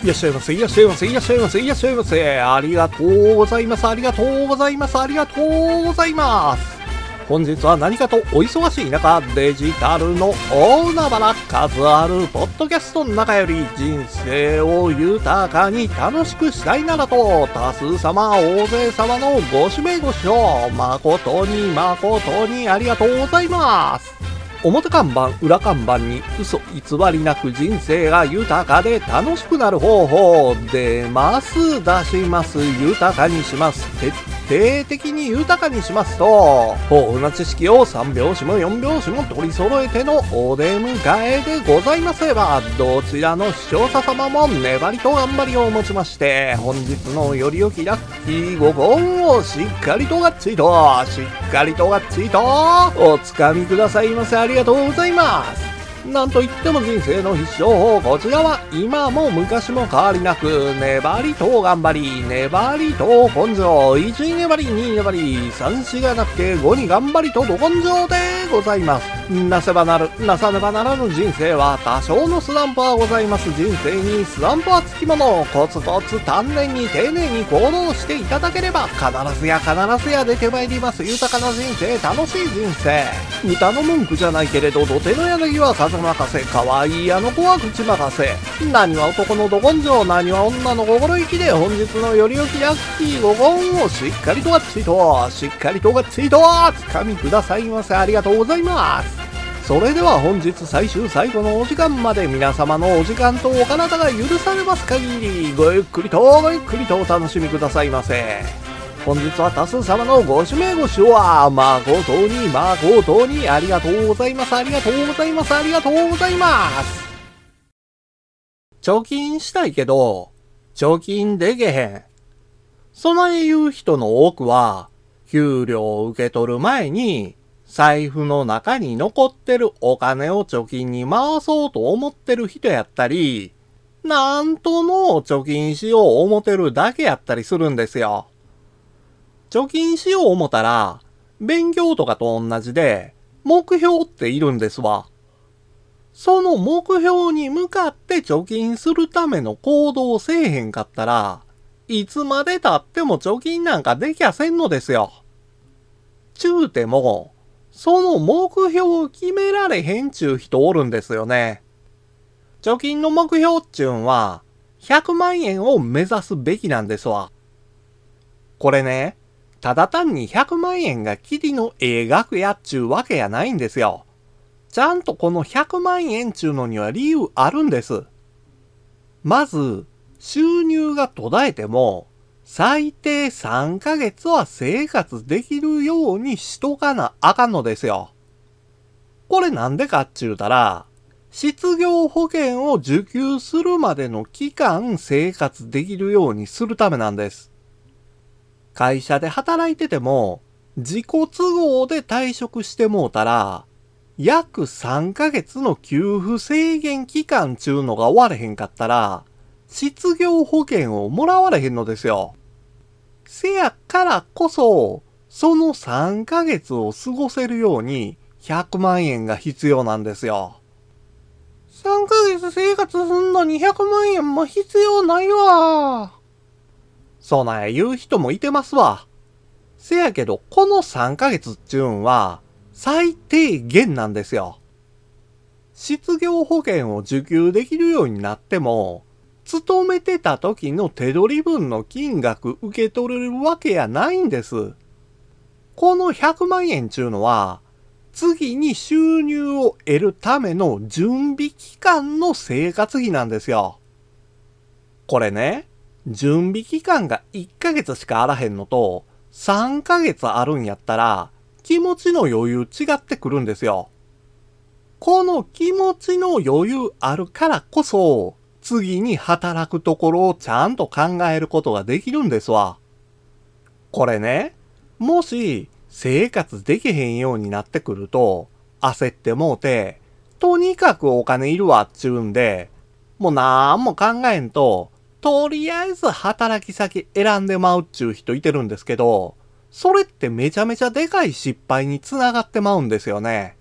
いらっしゃいませ、いらっしゃいませ、いらっしゃいませ、いらっしゃいませ。ありがとうございます、ありがとうございます、ありがとうございます。本日は何かとお忙しい中、デジタルの大海原、数あるポッドキャストの中より人生を豊かに楽しくしたいならと、多数様、大勢様のご指名ご視聴、誠に誠にありがとうございます。表看板、裏看板に嘘偽りなく人生が豊かで楽しくなる方法。出ます、出します、豊かにします。徹底的に豊かにしますと、豊富な知識を3拍子も4拍子も取り揃えてのお出迎えでございますれば、どちらの視聴者様も粘りと頑張りをもちまして、本日のより良きラッキーご本をしっかりとがっちりと、おつかみくださいませ。ありがとうございます。なんといっても人生の必勝法、こちらは今も昔も変わりなく、粘りと頑張り、粘りと根性、1粘り、2粘り、3、4がなくて5に頑張りとど根性でございます。なせばなる、なさねばならぬ人生は多少のスランプはございます。人生にスランプはつきもの、コツコツ丹念に丁寧に行動していただければ、必ずや出てまいります。豊かな人生、楽しい人生。歌の文句じゃないけれど、土手の柳は風任せ、可愛いあの子は口任せ。何は男のど根性、何は女の心意気で、本日のより良きラッキーご本をしっかりとがっちりとつかみくださいませ。ありがとうございます。それでは本日最終最後のお時間まで、皆様のお時間とお体が許されます限り、ごゆっくりとお楽しみくださいませ。本日は多数様のご指名ご視聴は誠にありがとうございます。ありがとうございます。ありがとうございます。貯金したいけど貯金でけへん。そない言う人の多くは、給料を受け取る前に財布の中に残ってるお金を貯金に回そうと思ってる人やったり、なんとの貯金しよう思ってるだけやったりするんですよ。貯金しよう思たら、勉強とかと同じで、目標っているんですわ。その目標に向かって貯金するための行動をせえへんかったら、いつまで経っても貯金なんかできゃせんのですよ。ちゅうても、その目標を決められへんちゅう人おるんですよね。貯金の目標っちゅうんは、100万円を目指すべきなんですわ。これね、ただ単に100万円がキリの額やっちゅうわけやないんですよ。ちゃんとこの100万円ちゅうのには理由あるんです。まず、収入が途絶えても、最低3ヶ月は生活できるようにしとかなあかんのですよ。これなんでかっちゅうたら、失業保険を受給するまでの期間生活できるようにするためなんです。会社で働いてても、自己都合で退職してもうたら、約3ヶ月の給付制限期間ちゅうのが終われへんかったら、失業保険をもらわれへんのですよ。せやからこそ、その3ヶ月を過ごせるように100万円が必要なんですよ。3ヶ月生活すんのに100万円も必要ないわ。そない言う人もいてますわ。せやけど、この3ヶ月っちゅうんは、最低限なんですよ。失業保険を受給できるようになっても、勤めてた時の手取り分の金額受け取れるわけやないんです。この100万円ちゅうのは、次に収入を得るための準備期間の生活費なんですよ。これね、準備期間が1ヶ月しかあらへんのと3ヶ月あるんやったら気持ちの余裕違ってくるんですよ。この気持ちの余裕あるからこそ次に働くところをちゃんと考えることができるんですわ。これね、もし生活できへんようになってくると焦ってもうて、とにかくお金いるわっちゅうんで、もうなんも考えんととりあえず働き先選んでまうっちゅう人いてるんですけど、それってめちゃめちゃでかい失敗につながってまうんですよね。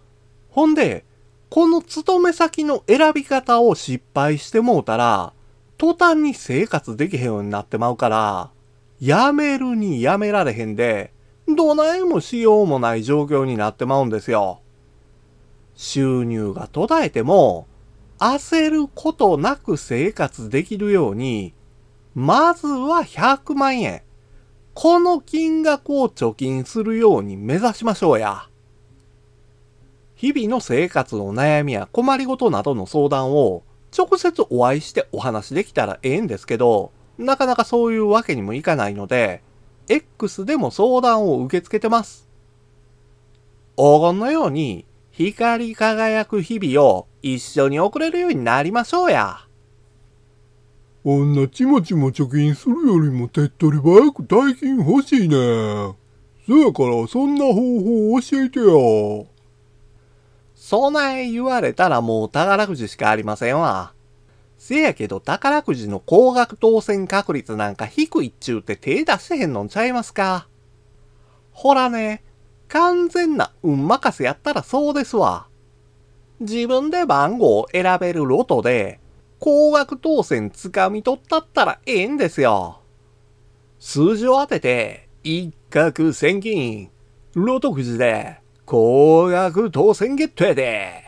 ほんで、この勤め先の選び方を失敗してもうたら、 途端に生活できへんようになってまうから、やめるにやめられへんで、どないもしようもない状況になってまうんですよ。収入が途絶えても、焦ることなく生活できるように、まずは100万円。この金額を貯金するように目指しましょうや。日々の生活の悩みや困りごとなどの相談を直接お会いしてお話できたらええんですけど、なかなかそういうわけにもいかないので、X でも相談を受け付けてます。黄金のように光り輝く日々を一緒に送れるようになりましょうや。 こんなちまちま貯金するよりも手っ取り早く大金欲しいねん。そやからそんな方法を教えてよ。 そない言われたらもう宝くじしかありませんわ。せやけど宝くじの高額当選確率なんか低いっちゅうて手出してへんのんちゃいますか。ほらね、完全な運任せやったらそうですわ。自分で番号を選べるロトで、高額当選つかみ取ったったらええんですよ。数字を当てて、一攫千金、ロトくじで、高額当選ゲットやで。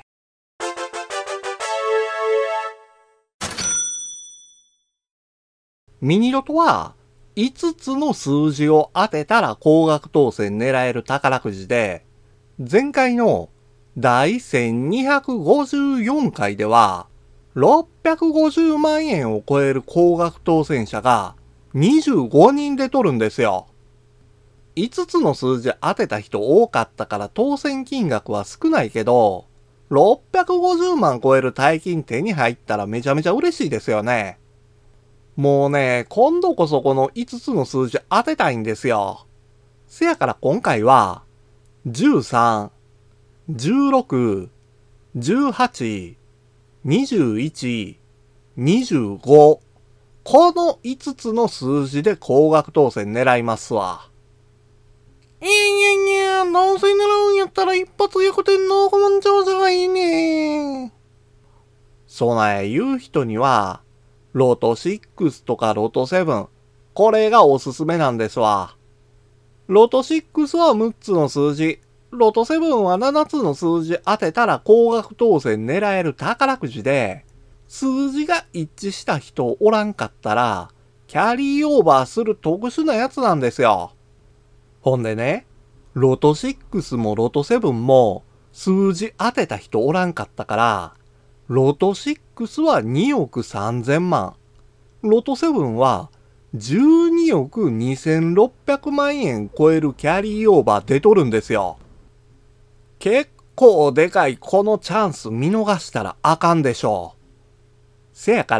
ミニロトは、5つの数字を当てたら高額当選狙える宝くじで、前回の第1254回では、650万円を超える高額当選者が25人で取るんですよ。5つの数字当てた人多かったから当選金額は少ないけど、650万超える大金手に入ったらめちゃめちゃ嬉しいですよね。もうね、今度こそこの5つの数字当てたいんですよ。せやから今回は、13、16、18、21、25、この5つの数字で高額当選狙いますわ。どうせ狙うんやったら一発逆転の億万長者がいいね。そない言う人には、ロト6とかロト7、これがおすすめなんですわ。ロト6は6つの数字、ロト7は7つの数字当てたら高額当選狙える宝くじで、数字が一致した人おらんかったら、キャリーオーバーする特殊なやつなんですよ。ほんでね、ロト6もロト7も数字当てた人おらんかったから、ロト6は2億3000万、ロト7は12億2600万円超えるキャリーオーバー出とるんですよ。結構でかいこのチャンス見逃したらあかんでしょう。せやから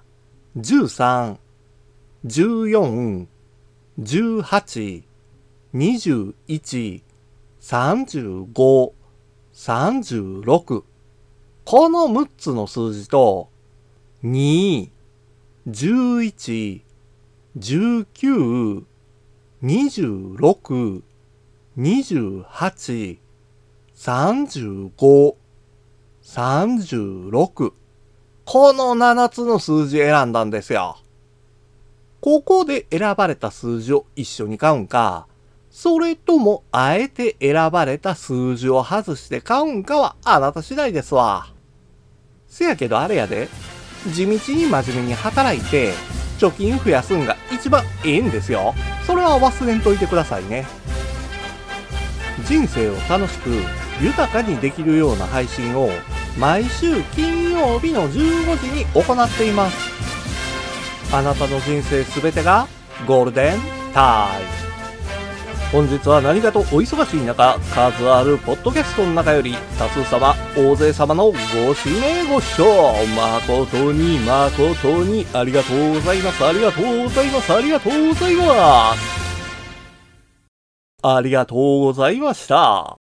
、13、14、18、21、35、36、この6つの数字と、2、11、19、26、28、35、36、この7つの数字選んだんですよ。ここで選ばれた数字を一緒に買うんか、それともあえて選ばれた数字を外して買うんかはあなた次第ですわ。せやけどあれやで、地道に真面目に働いて貯金増やすんが一番ええんですよ。それは忘れんといてくださいね。人生を楽しく豊かにできるような配信を毎週金曜日の15時に行っています。あなたの人生すべてがゴールデンタイム。本日は何かとお忙しい中、数あるポッドキャストの中より多数様、大勢様のご指名ご視聴誠にありがとうございます。ありがとうございます。ありがとうございます。ありがとうございました。